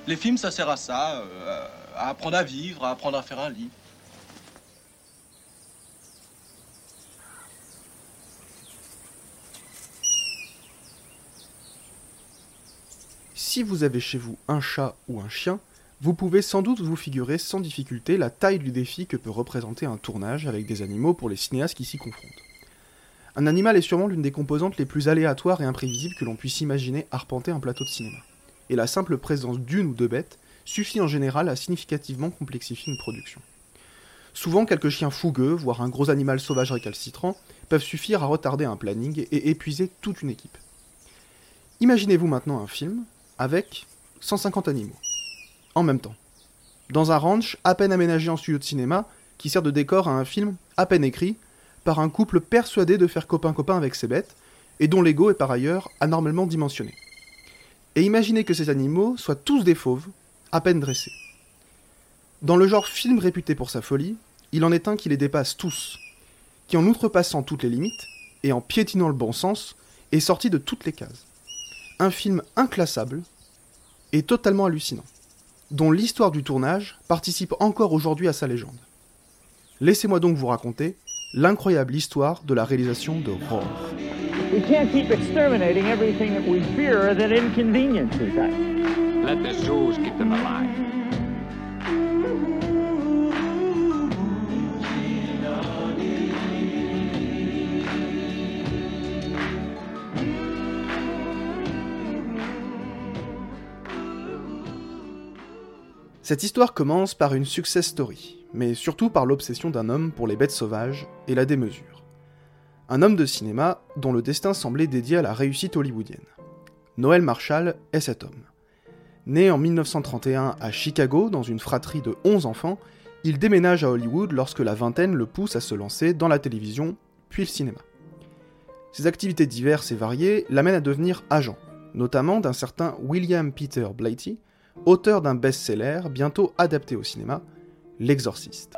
Les films, ça sert à ça, à apprendre à vivre, à apprendre à faire un lit. Si vous avez chez vous un chat ou un chien, vous pouvez sans doute vous figurer sans difficulté la taille du défi que peut représenter un tournage avec des animaux pour les cinéastes qui s'y confrontent. Un animal est sûrement l'une des composantes les plus aléatoires et imprévisibles que l'on puisse imaginer arpenter un plateau de cinéma. Et la simple présence d'une ou deux bêtes suffit en général à significativement complexifier une production. Souvent, quelques chiens fougueux, voire un gros animal sauvage récalcitrant, peuvent suffire à retarder un planning et épuiser toute une équipe. Imaginez-vous maintenant un film avec 150 animaux, en même temps. Dans un ranch à peine aménagé en studio de cinéma, qui sert de décor à un film à peine écrit, par un couple persuadé de faire copain-copain avec ses bêtes, et dont l'ego est par ailleurs anormalement dimensionné. Et imaginez que ces animaux soient tous des fauves, à peine dressés. Dans le genre film réputé pour sa folie, il en est un qui les dépasse tous, qui en outrepassant toutes les limites, et en piétinant le bon sens, est sorti de toutes les cases. Un film inclassable et totalement hallucinant, dont l'histoire du tournage participe encore aujourd'hui à sa légende. Laissez-moi donc vous raconter l'incroyable histoire de la réalisation de Roar. We can't keep exterminating everything that we fear that inconveniences us. Let the zoos keep them alive. Cette histoire commence par une success story, mais surtout par l'obsession d'un homme pour les bêtes sauvages et la démesure. Un homme de cinéma dont le destin semblait dédié à la réussite hollywoodienne. Noel Marshall est cet homme. Né en 1931 à Chicago dans une fratrie de 11 enfants, il déménage à Hollywood lorsque la vingtaine le pousse à se lancer dans la télévision, puis le cinéma. Ses activités diverses et variées l'amènent à devenir agent, notamment d'un certain William Peter Blatty, auteur d'un best-seller bientôt adapté au cinéma, L'Exorciste.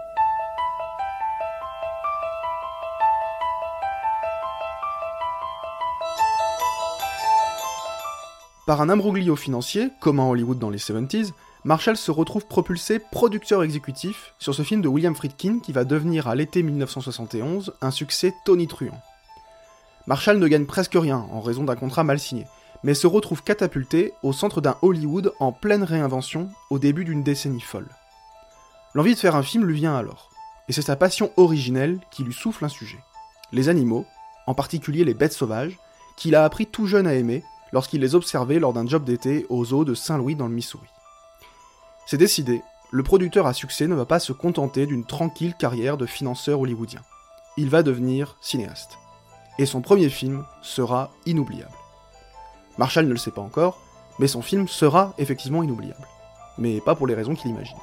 Par un imbroglio financier, comme à Hollywood dans les 70s, Marshall se retrouve propulsé producteur exécutif sur ce film de William Friedkin qui va devenir à l'été 1971 un succès tonitruant. Marshall ne gagne presque rien en raison d'un contrat mal signé, mais se retrouve catapulté au centre d'un Hollywood en pleine réinvention au début d'une décennie folle. L'envie de faire un film lui vient alors, et c'est sa passion originelle qui lui souffle un sujet. Les animaux, en particulier les bêtes sauvages, qu'il a appris tout jeune à aimer lorsqu'il les observait lors d'un job d'été au zoo de Saint-Louis dans le Missouri. C'est décidé, le producteur à succès ne va pas se contenter d'une tranquille carrière de financeur hollywoodien. Il va devenir cinéaste. Et son premier film sera inoubliable. Marshall ne le sait pas encore, mais son film sera effectivement inoubliable. Mais pas pour les raisons qu'il imagine.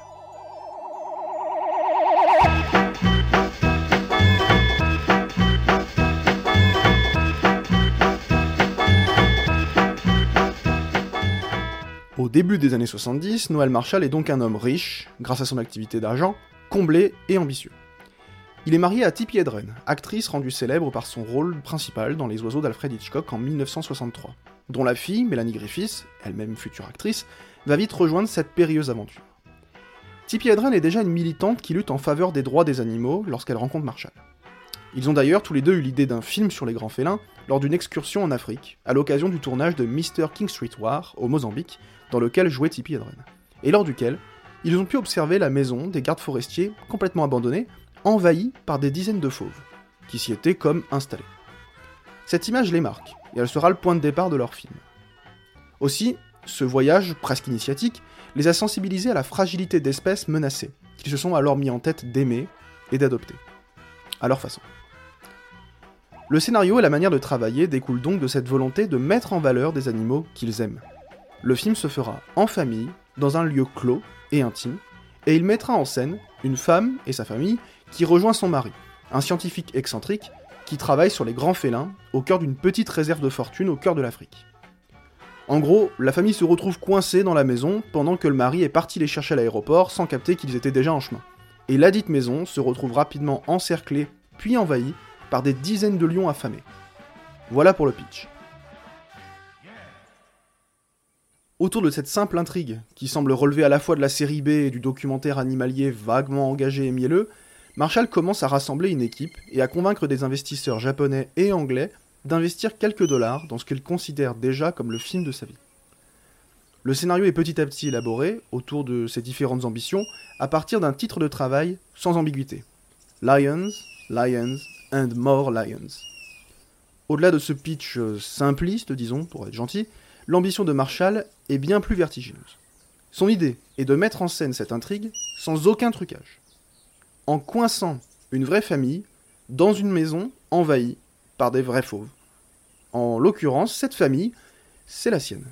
Au début des années 70, Noel Marshall est donc un homme riche, grâce à son activité d'agent, comblé et ambitieux. Il est marié à Tippi Hedren, actrice rendue célèbre par son rôle principal dans Les Oiseaux d'Alfred Hitchcock en 1963, dont la fille, Melanie Griffiths, elle-même future actrice, va vite rejoindre cette périlleuse aventure. Tippi Hedren est déjà une militante qui lutte en faveur des droits des animaux lorsqu'elle rencontre Marshall. Ils ont d'ailleurs tous les deux eu l'idée d'un film sur les grands félins lors d'une excursion en Afrique, à l'occasion du tournage de Mr. King Street War au Mozambique, dans lequel jouait Tippi Hedren, et lors duquel ils ont pu observer la maison des gardes forestiers complètement abandonnée, envahie par des dizaines de fauves, qui s'y étaient comme installés. Cette image les marque, et elle sera le point de départ de leur film. Aussi, ce voyage, presque initiatique, les a sensibilisés à la fragilité d'espèces menacées, qu'ils se sont alors mis en tête d'aimer et d'adopter, à leur façon. Le scénario et la manière de travailler découlent donc de cette volonté de mettre en valeur des animaux qu'ils aiment. Le film se fera en famille, dans un lieu clos et intime, et il mettra en scène une femme et sa famille qui rejoint son mari, un scientifique excentrique qui travaille sur les grands félins au cœur d'une petite réserve de fortune au cœur de l'Afrique. En gros, la famille se retrouve coincée dans la maison pendant que le mari est parti les chercher à l'aéroport sans capter qu'ils étaient déjà en chemin. Et ladite maison se retrouve rapidement encerclée puis envahie par des dizaines de lions affamés. Voilà pour le pitch. Autour de cette simple intrigue, qui semble relever à la fois de la série B et du documentaire animalier vaguement engagé et mielleux, Marshall commence à rassembler une équipe et à convaincre des investisseurs japonais et anglais d'investir quelques dollars dans ce qu'il considère déjà comme le film de sa vie. Le scénario est petit à petit élaboré, autour de ses différentes ambitions, à partir d'un titre de travail sans ambiguïté. Lions, Lions and More Lions. Au-delà de ce pitch simpliste, disons, pour être gentil, l'ambition de Marshall est bien plus vertigineuse. Son idée est de mettre en scène cette intrigue sans aucun trucage, en coinçant une vraie famille dans une maison envahie par des vrais fauves. En l'occurrence, cette famille, c'est la sienne.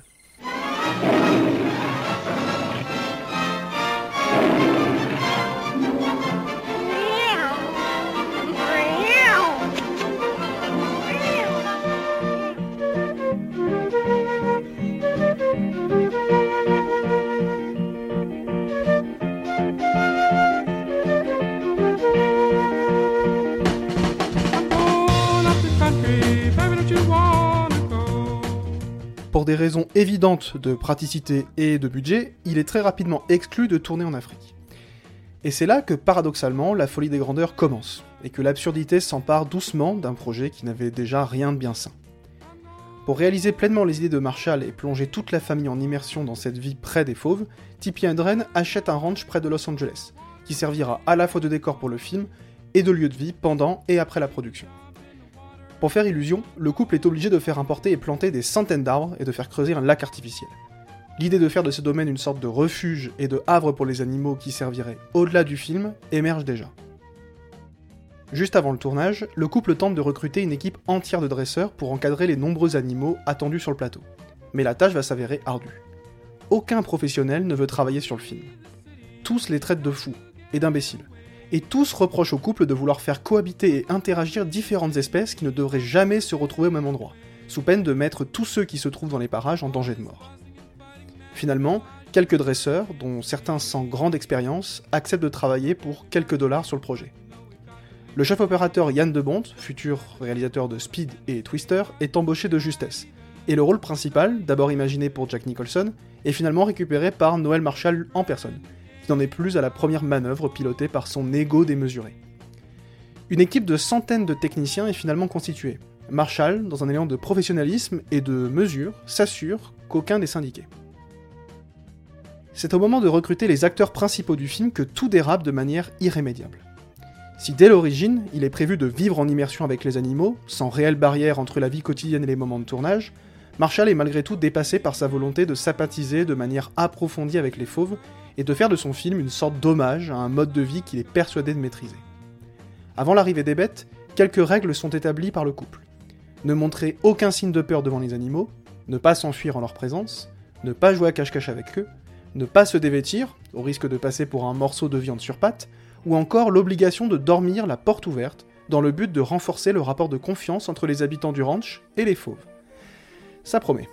Pour des raisons évidentes de praticité et de budget, il est très rapidement exclu de tourner en Afrique. Et c'est là que, paradoxalement, la folie des grandeurs commence, et que l'absurdité s'empare doucement d'un projet qui n'avait déjà rien de bien sain. Pour réaliser pleinement les idées de Marshall et plonger toute la famille en immersion dans cette vie près des fauves, Tippi Hedren achète un ranch près de Los Angeles, qui servira à la fois de décor pour le film et de lieu de vie pendant et après la production. Pour faire illusion, le couple est obligé de faire importer et planter des centaines d'arbres et de faire creuser un lac artificiel. L'idée de faire de ce domaine une sorte de refuge et de havre pour les animaux qui serviraient au-delà du film émerge déjà. Juste avant le tournage, le couple tente de recruter une équipe entière de dresseurs pour encadrer les nombreux animaux attendus sur le plateau. Mais la tâche va s'avérer ardue. Aucun professionnel ne veut travailler sur le film. Tous les traitent de fous et d'imbéciles. Et tous reprochent au couple de vouloir faire cohabiter et interagir différentes espèces qui ne devraient jamais se retrouver au même endroit, sous peine de mettre tous ceux qui se trouvent dans les parages en danger de mort. Finalement, quelques dresseurs, dont certains sans grande expérience, acceptent de travailler pour quelques dollars sur le projet. Le chef opérateur Yann de Bont, futur réalisateur de Speed et Twister, est embauché de justesse, et le rôle principal, d'abord imaginé pour Jack Nicholson, est finalement récupéré par Noël Marshall en personne, qui n'en est plus à la première manœuvre pilotée par son ego démesuré. Une équipe de centaines de techniciens est finalement constituée. Marshall, dans un élan de professionnalisme et de mesure, s'assure qu'aucun n'est syndiqué. C'est au moment de recruter les acteurs principaux du film que tout dérape de manière irrémédiable. Si dès l'origine, il est prévu de vivre en immersion avec les animaux, sans réelle barrière entre la vie quotidienne et les moments de tournage, Marshall est malgré tout dépassé par sa volonté de sympathiser de manière approfondie avec les fauves, et de faire de son film une sorte d'hommage à un mode de vie qu'il est persuadé de maîtriser. Avant l'arrivée des bêtes, quelques règles sont établies par le couple. Ne montrer aucun signe de peur devant les animaux, ne pas s'enfuir en leur présence, ne pas jouer à cache-cache avec eux, ne pas se dévêtir, au risque de passer pour un morceau de viande sur pattes, ou encore l'obligation de dormir la porte ouverte, dans le but de renforcer le rapport de confiance entre les habitants du ranch et les fauves. Ça promet.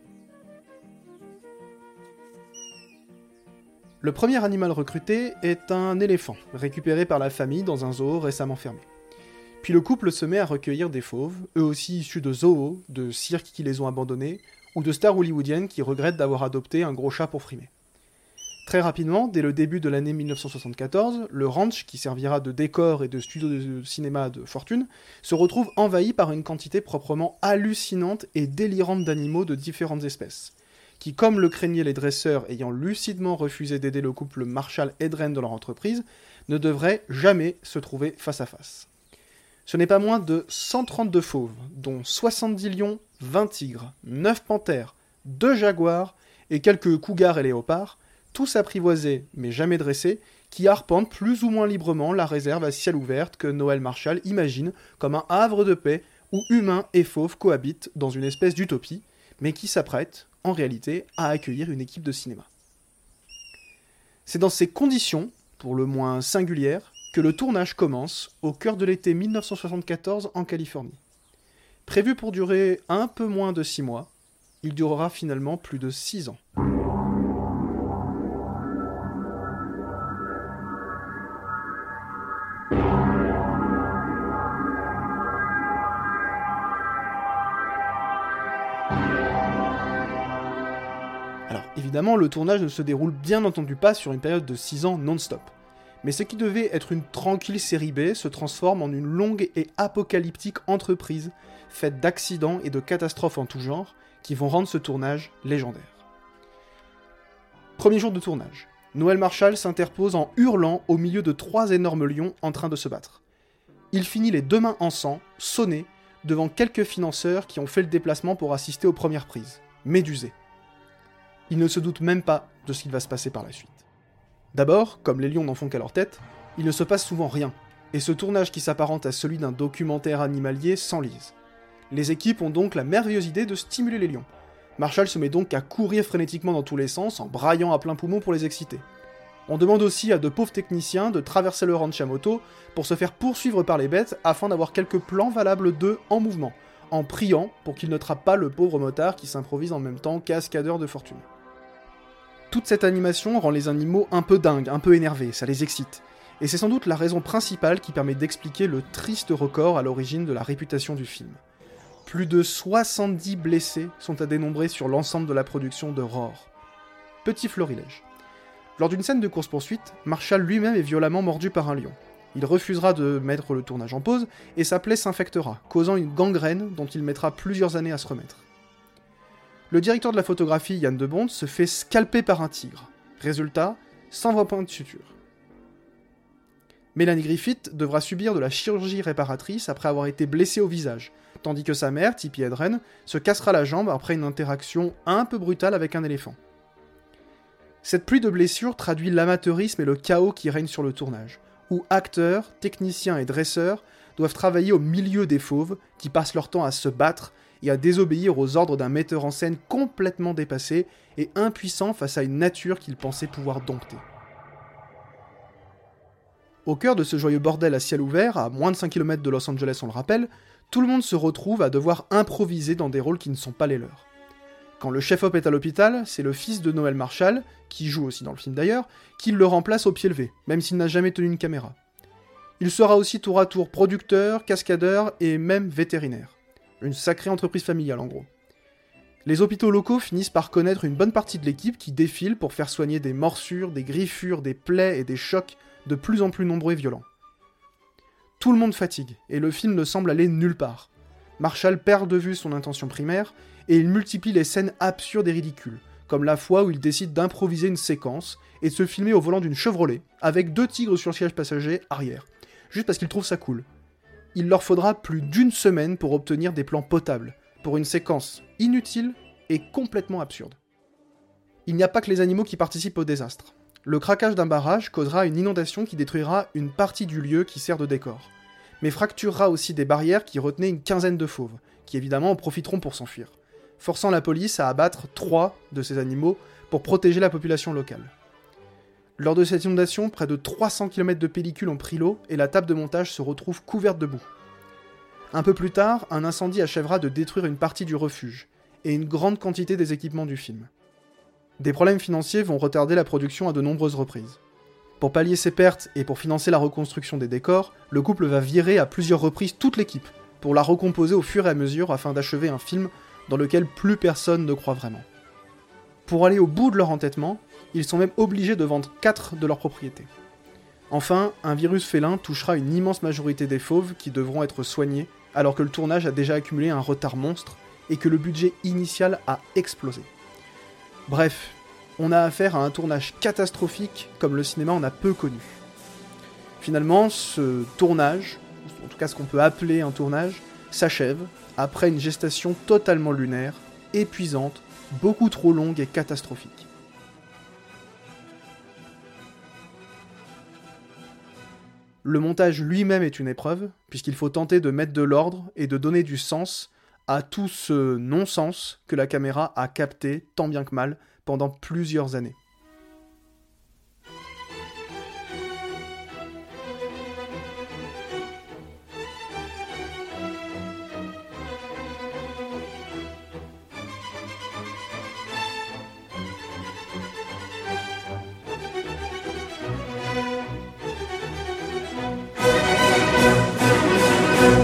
Le premier animal recruté est un éléphant, récupéré par la famille dans un zoo récemment fermé. Puis le couple se met à recueillir des fauves, eux aussi issus de zoos, de cirques qui les ont abandonnés, ou de stars hollywoodiennes qui regrettent d'avoir adopté un gros chat pour frimer. Très rapidement, dès le début de l'année 1974, le ranch, qui servira de décor et de studio de cinéma de fortune, se retrouve envahi par une quantité proprement hallucinante et délirante d'animaux de différentes espèces, qui, comme le craignaient les dresseurs ayant lucidement refusé d'aider le couple Marshall-Hedren dans leur entreprise, ne devraient jamais se trouver face à face. Ce n'est pas moins de 132 fauves, dont 70 lions, 20 tigres, 9 panthères, 2 jaguars et quelques cougars et léopards, tous apprivoisés mais jamais dressés, qui arpentent plus ou moins librement la réserve à ciel ouvert que Noël Marshall imagine comme un havre de paix où humains et fauves cohabitent dans une espèce d'utopie, mais qui s'apprête, en réalité, à accueillir une équipe de cinéma. C'est dans ces conditions, pour le moins singulières, que le tournage commence au cœur de l'été 1974 en Californie. Prévu pour durer un peu moins de 6 mois, il durera finalement plus de 6 ans. Évidemment, le tournage ne se déroule bien entendu pas sur une période de 6 ans non-stop. Mais ce qui devait être une tranquille série B se transforme en une longue et apocalyptique entreprise, faite d'accidents et de catastrophes en tout genre, qui vont rendre ce tournage légendaire. Premier jour de tournage. Noël Marshall s'interpose en hurlant au milieu de 3 énormes lions en train de se battre. Il finit les 2 mains en sang, sonné, devant quelques financeurs qui ont fait le déplacement pour assister aux premières prises, médusés. Il ne se doute même pas de ce qu'il va se passer par la suite. D'abord, comme les lions n'en font qu'à leur tête, il ne se passe souvent rien, et ce tournage qui s'apparente à celui d'un documentaire animalier s'enlise. Les équipes ont donc la merveilleuse idée de stimuler les lions. Marshall se met donc à courir frénétiquement dans tous les sens, en braillant à plein poumon pour les exciter. On demande aussi à de pauvres techniciens de traverser le ranch à moto pour se faire poursuivre par les bêtes afin d'avoir quelques plans valables d'eux en mouvement, en priant pour qu'ils ne trappent pas le pauvre motard qui s'improvise en même temps cascadeur de fortune. Toute cette animation rend les animaux un peu dingues, un peu énervés, ça les excite. Et c'est sans doute la raison principale qui permet d'expliquer le triste record à l'origine de la réputation du film. Plus de 70 blessés sont à dénombrer sur l'ensemble de la production de Roar. Petit florilège. Lors d'une scène de course-poursuite, Marshall lui-même est violemment mordu par un lion. Il refusera de mettre le tournage en pause, et sa plaie s'infectera, causant une gangrène dont il mettra plusieurs années à se remettre. Le directeur de la photographie, Jan de Bont, se fait scalper par un tigre. Résultat, 120 points de suture. Melanie Griffith devra subir de la chirurgie réparatrice après avoir été blessée au visage, tandis que sa mère, Tippi Hedren, se cassera la jambe après une interaction un peu brutale avec un éléphant. Cette pluie de blessures traduit l'amateurisme et le chaos qui règne sur le tournage, où acteurs, techniciens et dresseurs doivent travailler au milieu des fauves qui passent leur temps à se battre et à désobéir aux ordres d'un metteur en scène complètement dépassé et impuissant face à une nature qu'il pensait pouvoir dompter. Au cœur de ce joyeux bordel à ciel ouvert, à moins de 5 km de Los Angeles on le rappelle, tout le monde se retrouve à devoir improviser dans des rôles qui ne sont pas les leurs. Quand le chef-op est à l'hôpital, c'est le fils de Noël Marshall, qui joue aussi dans le film d'ailleurs, qui le remplace au pied levé, même s'il n'a jamais tenu une caméra. Il sera aussi tour à tour producteur, cascadeur et même vétérinaire. Une sacrée entreprise familiale en gros. Les hôpitaux locaux finissent par connaître une bonne partie de l'équipe qui défile pour faire soigner des morsures, des griffures, des plaies et des chocs de plus en plus nombreux et violents. Tout le monde fatigue, et le film ne semble aller nulle part. Marshall perd de vue son intention primaire, et il multiplie les scènes absurdes et ridicules, comme la fois où il décide d'improviser une séquence et de se filmer au volant d'une Chevrolet, avec 2 tigres sur le siège passager arrière, juste parce qu'il trouve ça cool. Il leur faudra plus d'1 semaine pour obtenir des plans potables, pour une séquence inutile et complètement absurde. Il n'y a pas que les animaux qui participent au désastre. Le craquage d'un barrage causera une inondation qui détruira une partie du lieu qui sert de décor, mais fracturera aussi des barrières qui retenaient une quinzaine de fauves, qui évidemment en profiteront pour s'enfuir, forçant la police à abattre 3 de ces animaux pour protéger la population locale. Lors de cette inondation, près de 300 km de pellicule ont pris l'eau et la table de montage se retrouve couverte de boue. Un peu plus tard, un incendie achèvera de détruire une partie du refuge, et une grande quantité des équipements du film. Des problèmes financiers vont retarder la production à de nombreuses reprises. Pour pallier ces pertes et pour financer la reconstruction des décors, le couple va virer à plusieurs reprises toute l'équipe, pour la recomposer au fur et à mesure afin d'achever un film dans lequel plus personne ne croit vraiment. Pour aller au bout de leur entêtement, ils sont même obligés de vendre 4 de leurs propriétés. Enfin, un virus félin touchera une immense majorité des fauves qui devront être soignés, alors que le tournage a déjà accumulé un retard monstre et que le budget initial a explosé. Bref, on a affaire à un tournage catastrophique comme le cinéma en a peu connu. Finalement, ce tournage, en tout cas ce qu'on peut appeler un tournage, s'achève après une gestation totalement lunaire, épuisante, beaucoup trop longue et catastrophique. Le montage lui-même est une épreuve, puisqu'il faut tenter de mettre de l'ordre et de donner du sens à tout ce non-sens que la caméra a capté, tant bien que mal, pendant plusieurs années.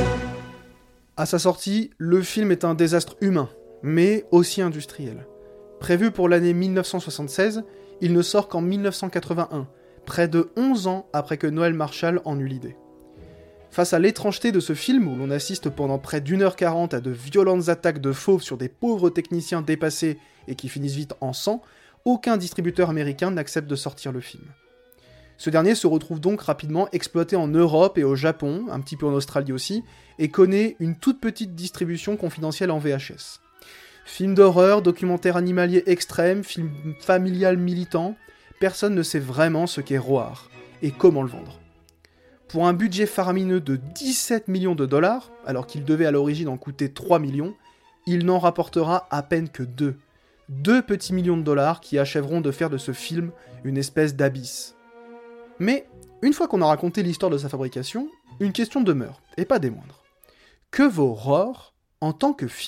À sa sortie, le film est un désastre humain, mais aussi industriel. Prévu pour l'année 1976, il ne sort qu'en 1981, près de 11 ans après que Noël Marshall en eut l'idée. Face à l'étrangeté de ce film, où l'on assiste pendant près d'1h40 à de violentes attaques de fauves sur des pauvres techniciens dépassés et qui finissent vite en sang, aucun distributeur américain n'accepte de sortir le film. Ce dernier se retrouve donc rapidement exploité en Europe et au Japon, un petit peu en Australie aussi, et connaît une toute petite distribution confidentielle en VHS. Film d'horreur, documentaire animalier extrême, film familial militant, personne ne sait vraiment ce qu'est Roar, et comment le vendre. Pour un budget faramineux de 17 millions de dollars, alors qu'il devait à l'origine en coûter 3 millions, il n'en rapportera à peine que 2. 2 petits millions de dollars qui achèveront de faire de ce film une espèce d'abysse. Mais, une fois qu'on a raconté l'histoire de sa fabrication, une question demeure, et pas des moindres. Que vaut Roar en tant que film ?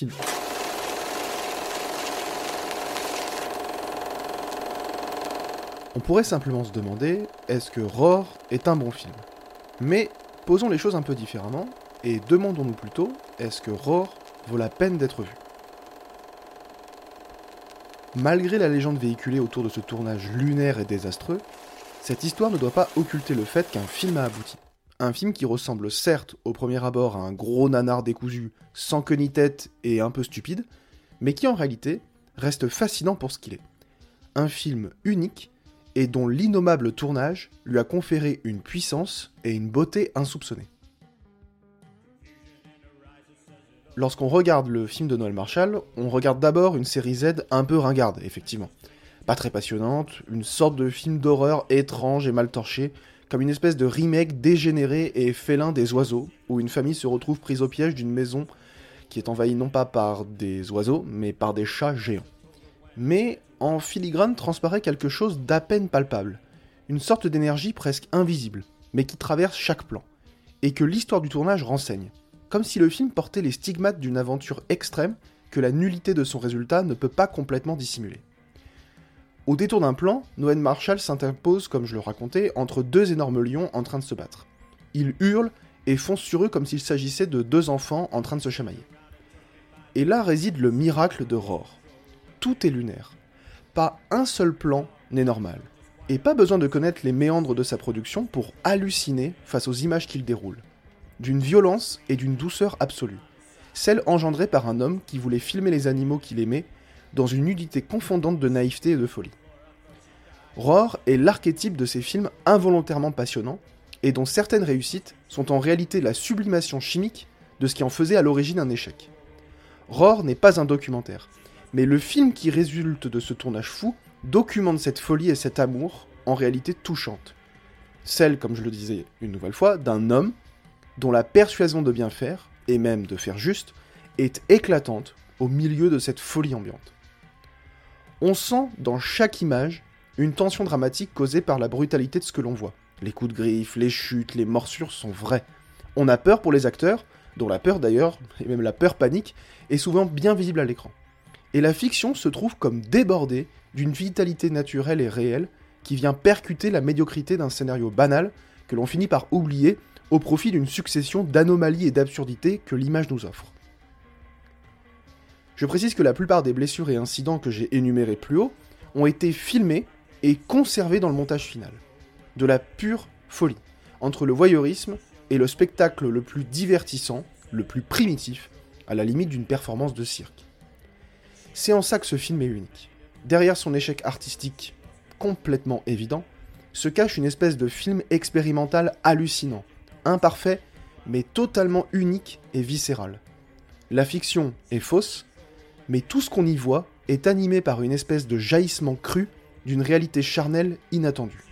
On pourrait simplement se demander, est-ce que Roar est un bon film ? Mais posons les choses un peu différemment, et demandons-nous plutôt, est-ce que Roar vaut la peine d'être vu ? Malgré la légende véhiculée autour de ce tournage lunaire et désastreux, cette histoire ne doit pas occulter le fait qu'un film a abouti. Un film qui ressemble certes au premier abord à un gros nanar décousu, sans queue ni tête et un peu stupide, mais qui en réalité reste fascinant pour ce qu'il est. Un film unique, et dont l'innommable tournage lui a conféré une puissance et une beauté insoupçonnées. Lorsqu'on regarde le film de Noël Marshall, on regarde d'abord une série Z un peu ringarde, effectivement. Pas très passionnante, une sorte de film d'horreur étrange et mal torché, comme une espèce de remake dégénéré et félin des Oiseaux, où une famille se retrouve prise au piège d'une maison qui est envahie non pas par des oiseaux, mais par des chats géants. Mais en filigrane transparaît quelque chose d'à peine palpable, une sorte d'énergie presque invisible, mais qui traverse chaque plan, et que l'histoire du tournage renseigne, comme si le film portait les stigmates d'une aventure extrême que la nullité de son résultat ne peut pas complètement dissimuler. Au détour d'un plan, Noël Marshall s'interpose, comme je le racontais, entre 2 énormes lions en train de se battre. Il hurle et fonce sur eux comme s'il s'agissait de 2 enfants en train de se chamailler. Et là réside le miracle de Roar. Tout est lunaire. Pas un seul plan n'est normal. Et pas besoin de connaître les méandres de sa production pour halluciner face aux images qu'il déroule. D'une violence et d'une douceur absolue. Celle engendrée par un homme qui voulait filmer les animaux qu'il aimait dans une nudité confondante de naïveté et de folie. Roar est l'archétype de ces films involontairement passionnants et dont certaines réussites sont en réalité la sublimation chimique de ce qui en faisait à l'origine un échec. Roar n'est pas un documentaire, mais le film qui résulte de ce tournage fou documente cette folie et cet amour, en réalité touchante. Celle, comme je le disais une nouvelle fois, d'un homme dont la persuasion de bien faire, et même de faire juste, est éclatante au milieu de cette folie ambiante. On sent dans chaque image une tension dramatique causée par la brutalité de ce que l'on voit. Les coups de griffe, les chutes, les morsures sont vrais. On a peur pour les acteurs, dont la peur d'ailleurs, et même la peur panique, est souvent bien visible à l'écran. Et la fiction se trouve comme débordée d'une vitalité naturelle et réelle qui vient percuter la médiocrité d'un scénario banal que l'on finit par oublier au profit d'une succession d'anomalies et d'absurdités que l'image nous offre. Je précise que la plupart des blessures et incidents que j'ai énumérés plus haut ont été filmés et conservés dans le montage final. De la pure folie, entre le voyeurisme et le spectacle le plus divertissant, le plus primitif, à la limite d'une performance de cirque. C'est en ça que ce film est unique. Derrière son échec artistique complètement évident, se cache une espèce de film expérimental hallucinant, imparfait, mais totalement unique et viscéral. La fiction est fausse, mais tout ce qu'on y voit est animé par une espèce de jaillissement cru d'une réalité charnelle inattendue.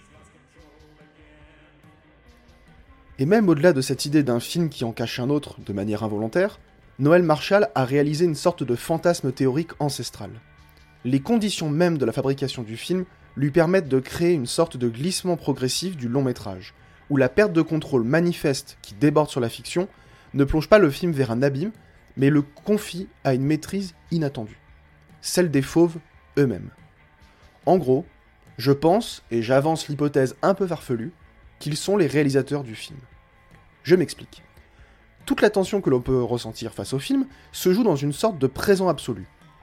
Et même au-delà de cette idée d'un film qui en cache un autre de manière involontaire, Noël Marshall a réalisé une sorte de fantasme théorique ancestral. Les conditions mêmes de la fabrication du film lui permettent de créer une sorte de glissement progressif du long métrage, où la perte de contrôle manifeste qui déborde sur la fiction ne plonge pas le film vers un abîme, mais le confie à une maîtrise inattendue, celle des fauves eux-mêmes. En gros, je pense, et j'avance l'hypothèse un peu farfelue, qu'ils sont les réalisateurs du film. Je m'explique. Toute la tension que l'on peut ressentir face au film se joue dans une sorte de présent absolu.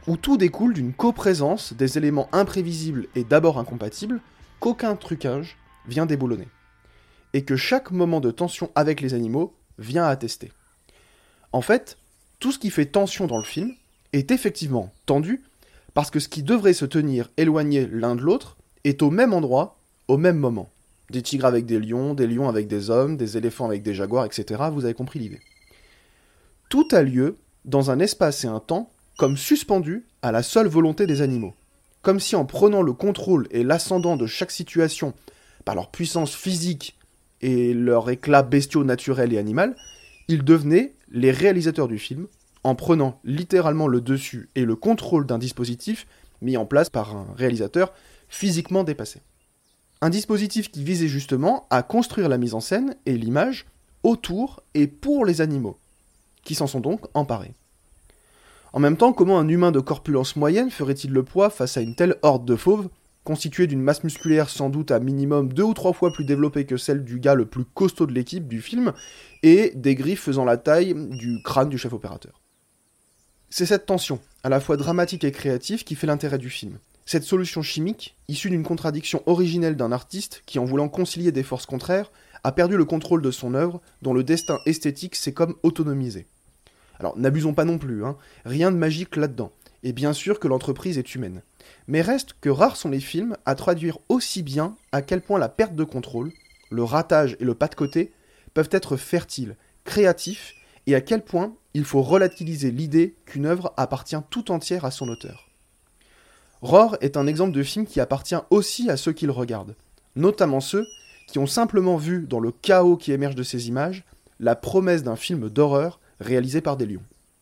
où tout découle d'une coprésence des éléments imprévisibles et d'abord incompatibles qu'aucun trucage vient déboulonner, et que chaque moment de tension avec les animaux vient attester. En fait, tout ce qui fait tension dans le film est effectivement tendu, parce que ce qui devrait se tenir éloigné l'un de l'autre est au même endroit, au même moment. Des tigres avec des lions avec des hommes, des éléphants avec des jaguars, etc. Vous avez compris l'idée. Tout a lieu dans un espace et un temps comme suspendu à la seule volonté des animaux. Comme si en prenant le contrôle et l'ascendant de chaque situation par leur puissance physique et leur éclat bestiaux naturel et animal, ils devenaient les réalisateurs du film, en prenant littéralement le dessus et le contrôle d'un dispositif mis en place par un réalisateur physiquement dépassé. Un dispositif qui visait justement à construire la mise en scène et l'image autour et pour les animaux, qui s'en sont donc emparés. En même temps, comment un humain de corpulence moyenne ferait-il le poids face à une telle horde de fauves, constituée d'une masse musculaire sans doute à minimum 2 ou 3 fois plus développée que celle du gars le plus costaud de l'équipe du film, et des griffes faisant la taille du crâne du chef opérateur. C'est cette tension, à la fois dramatique et créative, qui fait l'intérêt du film. Cette solution chimique, issue d'une contradiction originelle d'un artiste qui, en voulant concilier des forces contraires, a perdu le contrôle de son œuvre, dont le destin esthétique s'est comme autonomisé. Alors, n'abusons pas non plus, rien de magique là-dedans, et bien sûr que l'entreprise est humaine. Mais reste que rares sont les films à traduire aussi bien à quel point la perte de contrôle, le ratage et le pas de côté peuvent être fertiles, créatifs, et à quel point il faut relativiser l'idée qu'une œuvre appartient tout entière à son auteur. Roar est un exemple de film qui appartient aussi à ceux qui le regardent, notamment ceux qui ont simplement vu dans le chaos qui émerge de ces images la promesse d'un film d'horreur réalisé par des lions.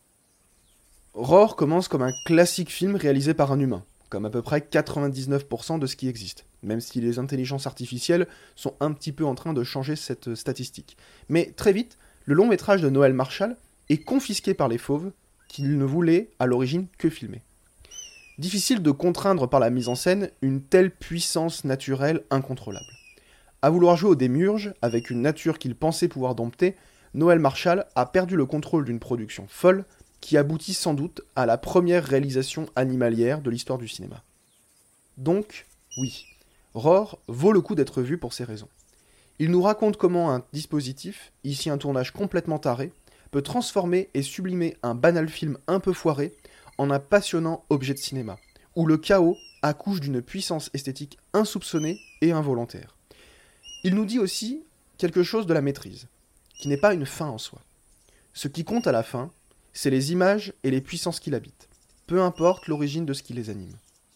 Roar commence comme un classique film réalisé par un humain, comme à peu près 99% de ce qui existe, même si les intelligences artificielles sont un petit peu en train de changer cette statistique. Mais très vite, le long métrage de Noël Marshall est confisqué par les fauves, qui ne voulaient à l'origine que filmer. Difficile de contraindre par la mise en scène une telle puissance naturelle incontrôlable. À vouloir jouer au démiurge, avec une nature qu'il pensait pouvoir dompter, Noël Marshall a perdu le contrôle d'une production folle qui aboutit sans doute à la première réalisation animalière de l'histoire du cinéma. Donc, oui, Roar vaut le coup d'être vu pour ces raisons. Il nous raconte comment un dispositif, ici un tournage complètement taré, peut transformer et sublimer un banal film un peu foiré en un passionnant objet de cinéma, où le chaos accouche d'une puissance esthétique insoupçonnée et involontaire. Il nous dit aussi quelque chose de la maîtrise, qui n'est pas une fin en soi. Ce qui compte à la fin, c'est les images et les puissances qui l'habitent, peu importe l'origine de ce qui les anime.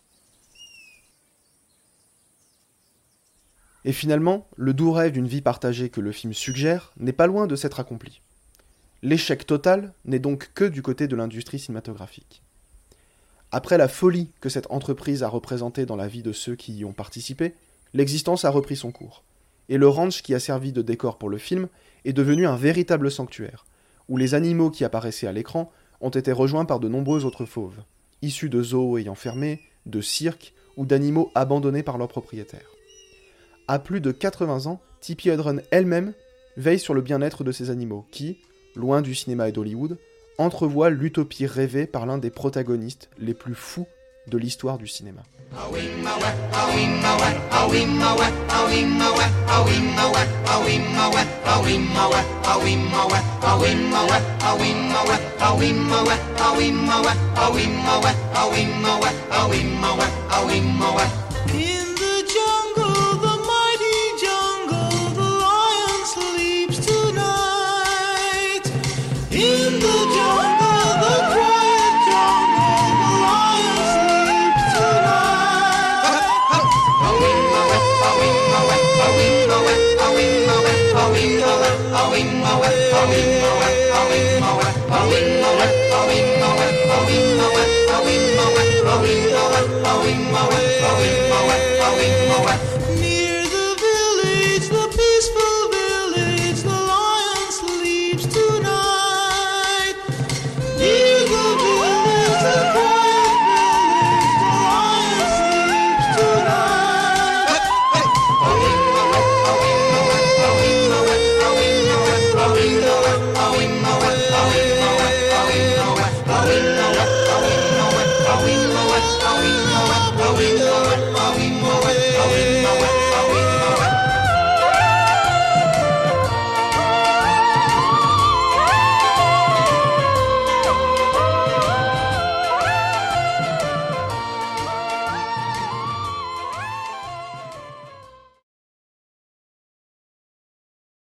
Et finalement, le doux rêve d'une vie partagée que le film suggère n'est pas loin de s'être accompli. L'échec total n'est donc que du côté de l'industrie cinématographique. Après la folie que cette entreprise a représentée dans la vie de ceux qui y ont participé, l'existence a repris son cours, et le ranch qui a servi de décor pour le film est devenu un véritable sanctuaire, où les animaux qui apparaissaient à l'écran ont été rejoints par de nombreux autres fauves, issus de zoos ayant fermé, de cirques ou d'animaux abandonnés par leurs propriétaires. À plus de 80 ans, Tippi Hedren elle-même veille sur le bien-être de ces animaux qui, loin du cinéma et d'Hollywood, entrevoient l'utopie rêvée par l'un des protagonistes les plus fous de l'histoire du cinéma. Awing,